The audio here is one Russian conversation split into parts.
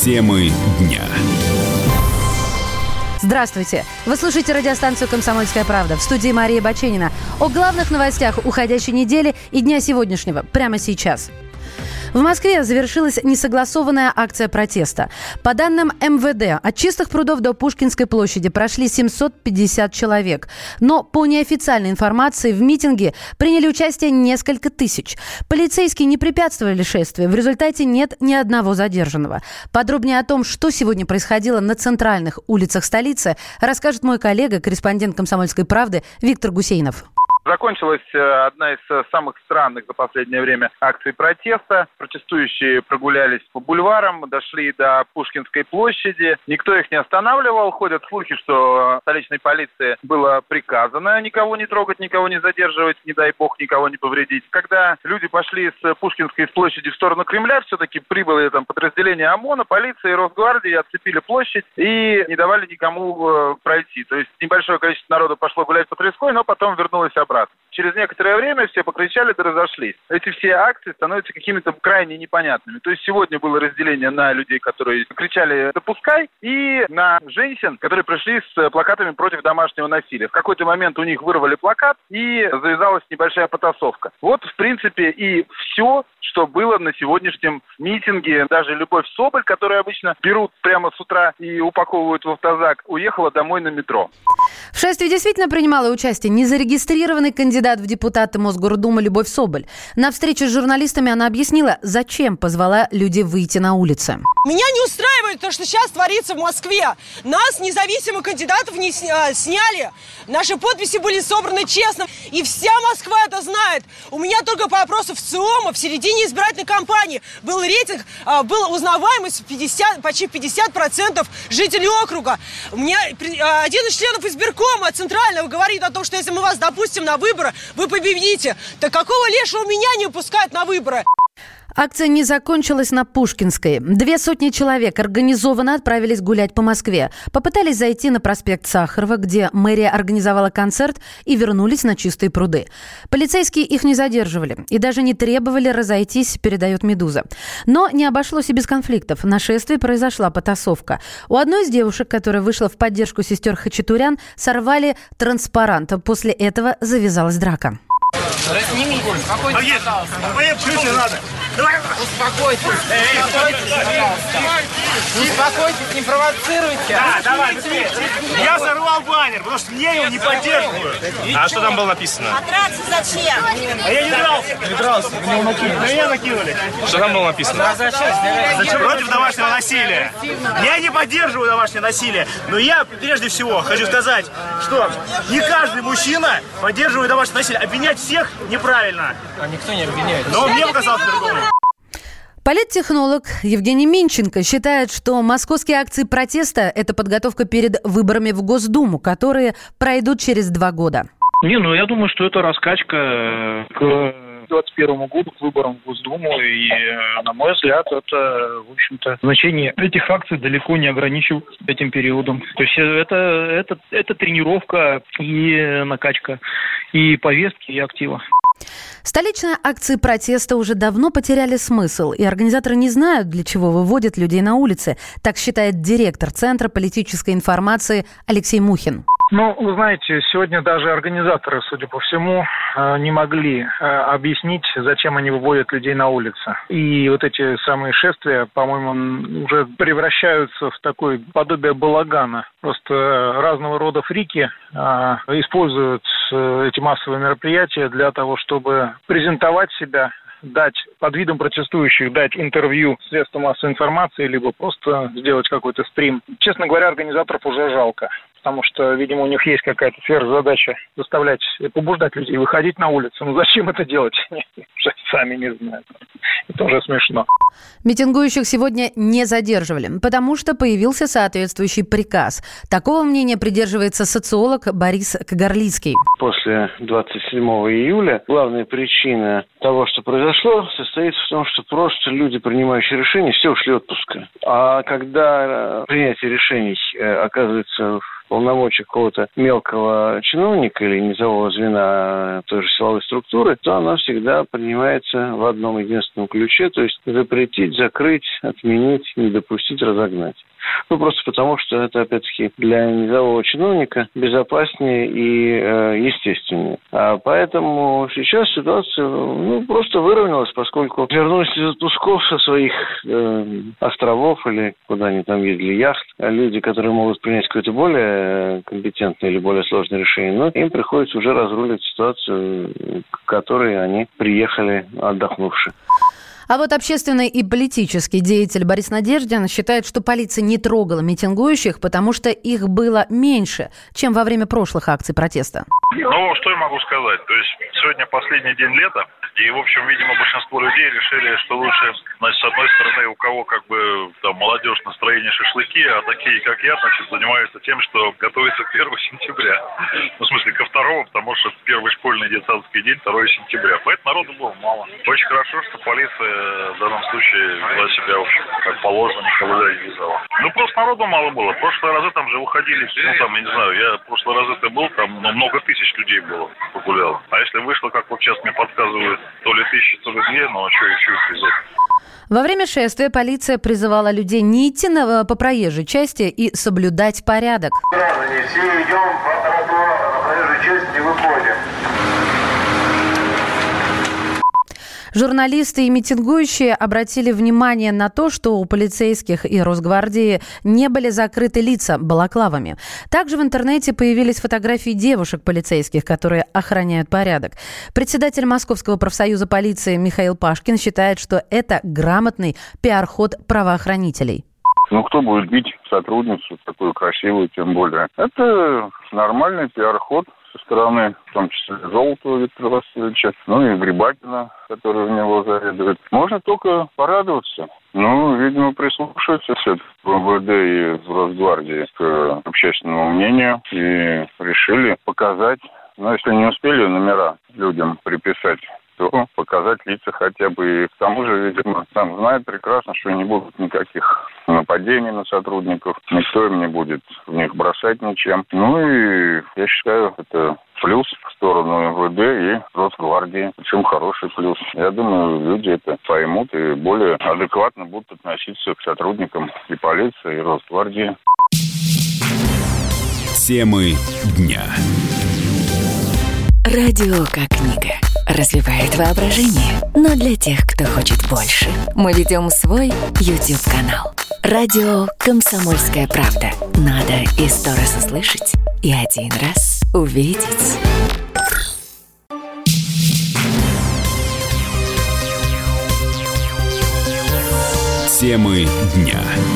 Темы дня. Здравствуйте! Вы слушаете радиостанцию «Комсомольская правда». В студии Мария Баченина. О главных новостях уходящей недели и дня сегодняшнего прямо сейчас. В Москве завершилась несогласованная акция протеста. По данным МВД, от Чистых прудов до Пушкинской площади прошли 750 человек. Но по неофициальной информации в митинге приняли участие несколько тысяч. Полицейские не препятствовали шествию. В результате нет ни одного задержанного. Подробнее о том, что сегодня происходило на центральных улицах столицы, расскажет мой коллега, корреспондент «Комсомольской правды» Виктор Гусейнов. Закончилась одна из самых странных за последнее время акций протеста. Протестующие прогулялись по бульварам, дошли до Пушкинской площади. Никто их не останавливал. Ходят слухи, что столичной полиции было приказано никого не трогать, никого не задерживать, не дай бог никого не повредить. Когда люди пошли с Пушкинской площади в сторону Кремля, все-таки прибыло там подразделение ОМОНа, полиция и Росгвардии, отцепили площадь и не давали никому пройти. То есть небольшое количество народа пошло гулять по Тверской, но потом вернулось обратно. Через некоторое время все покричали да разошлись. Эти все акции становятся какими-то крайне непонятными. То есть сегодня было разделение на людей, которые кричали «допускай», и на женщин, которые пришли с плакатами против домашнего насилия. В какой-то момент у них вырвали плакат, и завязалась небольшая потасовка. Вот, в принципе, и все, что было на сегодняшнем митинге. Даже Любовь Соболь, которую обычно берут прямо с утра и упаковывают в автозак, уехала домой на метро. В шествии действительно принимала участие незарегистрированный кандидат в депутаты Мосгордумы Любовь Соболь. На встрече с журналистами она объяснила, зачем позвала людей выйти на улицы. Меня не устраивает то, что сейчас творится в Москве. Нас, независимых кандидатов, не сняли. Наши подписи были собраны честно. И вся Москва это знает. У меня только по опросу ВЦИОМа в середине избирательной кампании был рейтинг, была узнаваемость почти 50% жителей округа. У меня один из членов избиркома центрального говорит о том, что если мы вас допустим на выборы, вы победите. Так какого лешего меня не пускают на выборы? Акция не закончилась на Пушкинской. 200 человек организованно отправились гулять по Москве. Попытались зайти на проспект Сахарова, где мэрия организовала концерт, и вернулись на Чистые пруды. Полицейские их не задерживали и даже не требовали разойтись, передает «Медуза». Но не обошлось и без конфликтов. На шествии произошла потасовка. У одной из девушек, которая вышла в поддержку сестер Хачатурян, сорвали транспарант. После этого завязалась драка. Разнимите, успокойтесь, пожалуйста. Что тебе надо? Успокойтесь. Успокойтесь, не провоцируйте. Да, давай, быстрее. Я сорвал баннер, потому что мне его не поддерживают. А что там было написано? А драться зачем? А я не дрался. Не дрался, меня накинули. На меня накинули. Что там было написано? Зачем? Против домашнего насилия. Я не поддерживаю домашнее насилие, но я прежде всего хочу сказать, что не каждый мужчина поддерживает домашнее насилие. Обвинять всех неправильно. А никто не обвиняет. Но мне показалось по-другому. Политтехнолог Евгений Минченко считает, что московские акции протеста – это подготовка перед выборами в Госдуму, которые пройдут через 2 года. Я думаю, что это раскачка к 2021 году, к выборам в Госдуму. И, на мой взгляд, это, в общем-то, значение этих акций далеко не ограничивается этим периодом. То есть это тренировка и накачка и повестки, и актива. Столичные акции протеста уже давно потеряли смысл, и организаторы не знают, для чего выводят людей на улицы. Так считает директор Центра политической информации Алексей Мухин. Вы знаете, сегодня даже организаторы, судя по всему, не могли объяснить, зачем они выводят людей на улицы. И вот эти самые шествия, по-моему, уже превращаются в такое подобие балагана. Просто разного рода фрики используют эти массовые мероприятия для того, чтобы презентовать себя, дать под видом протестующих, дать интервью средствам массовой информации, либо просто сделать какой-то стрим. Честно говоря, организаторов уже жалко. Потому что, видимо, у них есть какая-то сверхзадача заставлять, побуждать людей выходить на улицу. Зачем это делать? Уже сами не знают. Это уже смешно. Митингующих сегодня не задерживали, потому что появился соответствующий приказ. Такого мнения придерживается социолог Борис Кагарлицкий. После 27 июля главная причина того, что произошло, состоит в том, что просто люди, принимающие решения, все ушли в отпуск. А когда принятие решений оказывается полномочий какого-то мелкого чиновника или низового звена той же силовой структуры, то она всегда принимается в одном единственном ключе, то есть запретить, закрыть, отменить, не допустить, разогнать. Просто потому, что это, опять-таки, для низового чиновника безопаснее и естественнее. Поэтому сейчас ситуация просто выровнялась, поскольку вернулись из отпусков со своих островов или куда они там ездили, яхт, люди, которые могут принять какое-то более компетентное или более сложное решение, но им приходится уже разрулить ситуацию, к которой они приехали отдохнувши. А вот общественный и политический деятель Борис Надеждин считает, что полиция не трогала митингующих, потому что их было меньше, чем во время прошлых акций протеста. Что я могу сказать? То есть сегодня последний день лета, и, в общем, видимо, большинство людей решили, что лучше, с одной стороны, у кого молодежь, настроение, шашлыки, а такие, как я, занимаются тем, что готовятся к 1 сентября. В смысле, ко 2, потому что первый школьный детсадский день, 2 сентября. Поэтому народу было мало. Очень хорошо, что полиция в данном случае вела себя, в общем, как положено, никого не вязала. Просто народу мало было. В прошлые разы там же выходили, я не знаю, я в прошлые разы был, там много тысяч людей было, погуляло. А если вышло, как вот сейчас мне подсказывают, то ли 1000, то ли 2, что еще из-за. Во время шествия полиция призывала людей не идти по проезжей части и соблюдать порядок. Граждане, все идем по тротуару, на проезжей части не выходим. Журналисты и митингующие обратили внимание на то, что у полицейских и Росгвардии не были закрыты лица балаклавами. Также в интернете появились фотографии девушек полицейских, которые охраняют порядок. Председатель Московского профсоюза полиции Михаил Пашкин считает, что это грамотный пиар-ход правоохранителей. Кто будет бить сотрудницу, такую красивую, тем более. Это нормальный пиар-ход со стороны, в том числе, Золотого Виктора Васильевича, и Грибакина, который в него заведует. Можно только порадоваться. Видимо, прислушиваются все в МВД и в Росгвардии к общественному мнению и решили показать, если не успели номера людям приписать, то показать лица хотя бы. И к тому же, видимо, там знают прекрасно, что не будут никаких нападений на сотрудников, никто им не будет в них бросать ничем. И я считаю, это плюс в сторону МВД и Росгвардии. Причем хороший плюс. Я думаю, люди это поймут и более адекватно будут относиться к сотрудникам и полиции, и Росгвардии. Темы дня. Радио как книга. Развивает воображение. Но для тех, кто хочет больше, мы ведем свой YouTube-канал. Радио «Комсомольская правда». Надо и 100 раз услышать, и 1 раз увидеть. Темы дня.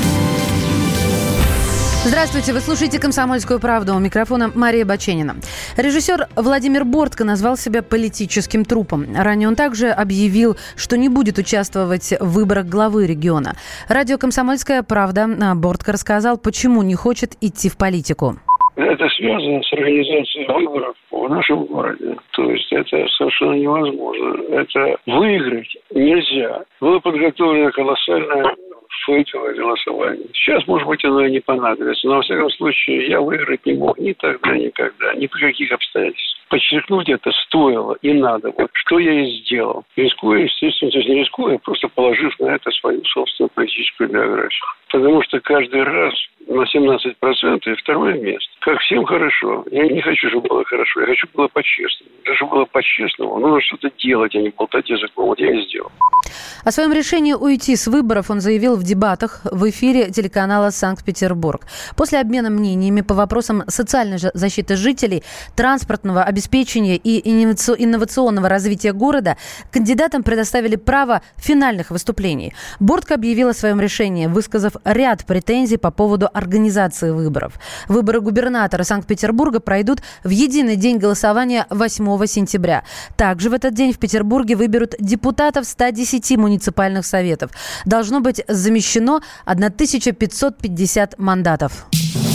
Здравствуйте, вы слушаете «Комсомольскую правду». У микрофона Мария Баченина. Режиссер Владимир Бортко назвал себя политическим трупом. Ранее он также объявил, что не будет участвовать в выборах главы региона. Радио «Комсомольская правда» Бортко рассказал, почему не хочет идти в политику. Это связано с организацией выборов в нашем городе. То есть это совершенно невозможно. Это выиграть нельзя. Было подготовлено колоссальное фейковое голосование. Сейчас, может быть, оно и не понадобится. Но, во всяком случае, я выиграть не мог ни тогда, никогда, ни при каких обстоятельствах. Подчеркнуть это стоило и надо. Что я и сделал. Рискуя, естественно, то есть не рискуя, просто положив на это свою собственную политическую биографию. Потому что каждый раз на 17% и второе место. Как всем хорошо. Я не хочу, чтобы было хорошо. Я хочу, чтобы было по-честному. Чтобы было по-честному, нужно что-то делать, а не болтать языком. Вот я и сделал. О своем решении уйти с выборов он заявил в дебатах в эфире телеканала «Санкт-Петербург». После обмена мнениями по вопросам социальной защиты жителей, транспортного обеспечения и инновационного развития города кандидатам предоставили право финальных выступлений. Бортко объявил о своем решении, высказав ряд претензий по поводу организации выборов. Выборы губернатора Санкт-Петербурга пройдут в единый день голосования 8 сентября. Также в этот день в Петербурге выберут депутатов 110 муниципальных советов. Должно быть замещено 1550 мандатов.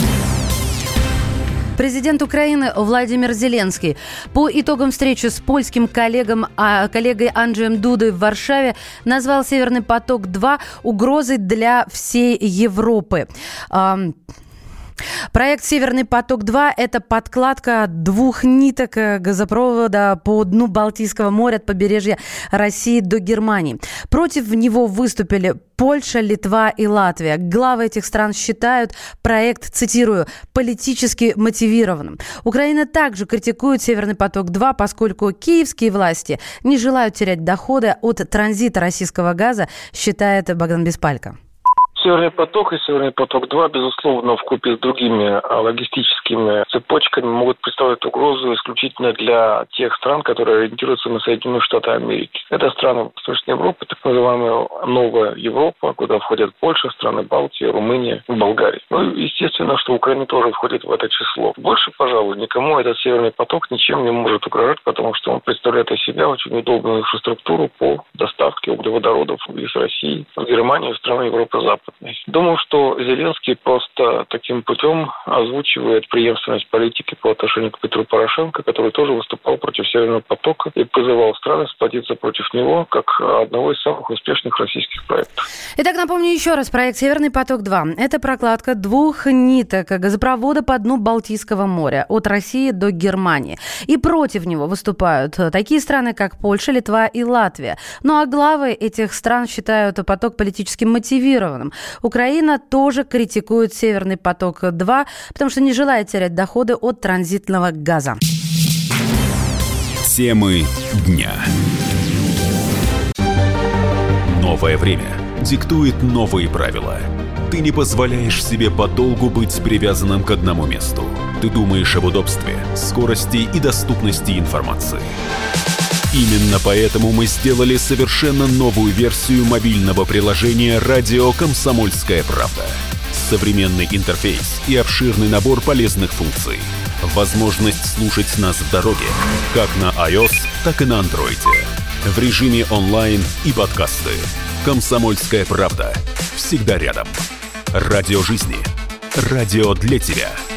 Президент Украины Владимир Зеленский по итогам встречи с польским коллегой Анджеем Дудой в Варшаве назвал «Северный поток-2» угрозой для всей Европы. Проект «Северный поток-2» – это подкладка 2 ниток газопровода по дну Балтийского моря от побережья России до Германии. Против него выступили Польша, Литва и Латвия. Главы этих стран считают проект, цитирую, политически мотивированным. Украина также критикует «Северный поток-2», поскольку киевские власти не желают терять доходы от транзита российского газа, считает Богдан Беспалько. Северный поток и Северный поток-2, безусловно, вкупе с другими логистическими цепочками могут представлять угрозу исключительно для тех стран, которые ориентируются на Соединенные Штаты Америки. Это страны Восточной Европы, так называемая Новая Европа, куда входят Польша, страны Балтии, Румыния, Болгария. Ну, естественно, что Украина тоже входит в это число. Больше, пожалуй, никому этот Северный поток ничем не может угрожать, потому что он представляет из себя очень удобную инфраструктуру по доставке углеводородов из России в Германию, в страны Европы Западной. Думаю, что Зеленский просто таким путем озвучивает преемственность политики по отношению к Петру Порошенко, который тоже выступал против Северного потока и призывал страны сплотиться против него, как одного из самых успешных российских проектов. Итак, напомню еще раз, проект «Северный поток-2» – это прокладка 2 ниток газопровода по дну Балтийского моря от России до Германии. И против него выступают такие страны, как Польша, Литва и Латвия. Ну а главы этих стран считают поток политически мотивированным. Украина тоже критикует «Северный поток-2», потому что не желает терять доходы от транзитного газа. Темы дня. Новое время диктует новые правила. Ты не позволяешь себе подолгу быть привязанным к одному месту. Ты думаешь об удобстве, скорости и доступности информации. Именно поэтому мы сделали совершенно новую версию мобильного приложения «Радио Комсомольская правда». Современный интерфейс и обширный набор полезных функций. Возможность слушать нас в дороге, как на iOS, так и на Android. В режиме онлайн и подкасты. «Комсомольская правда». Всегда рядом. Радио жизни. Радио для тебя.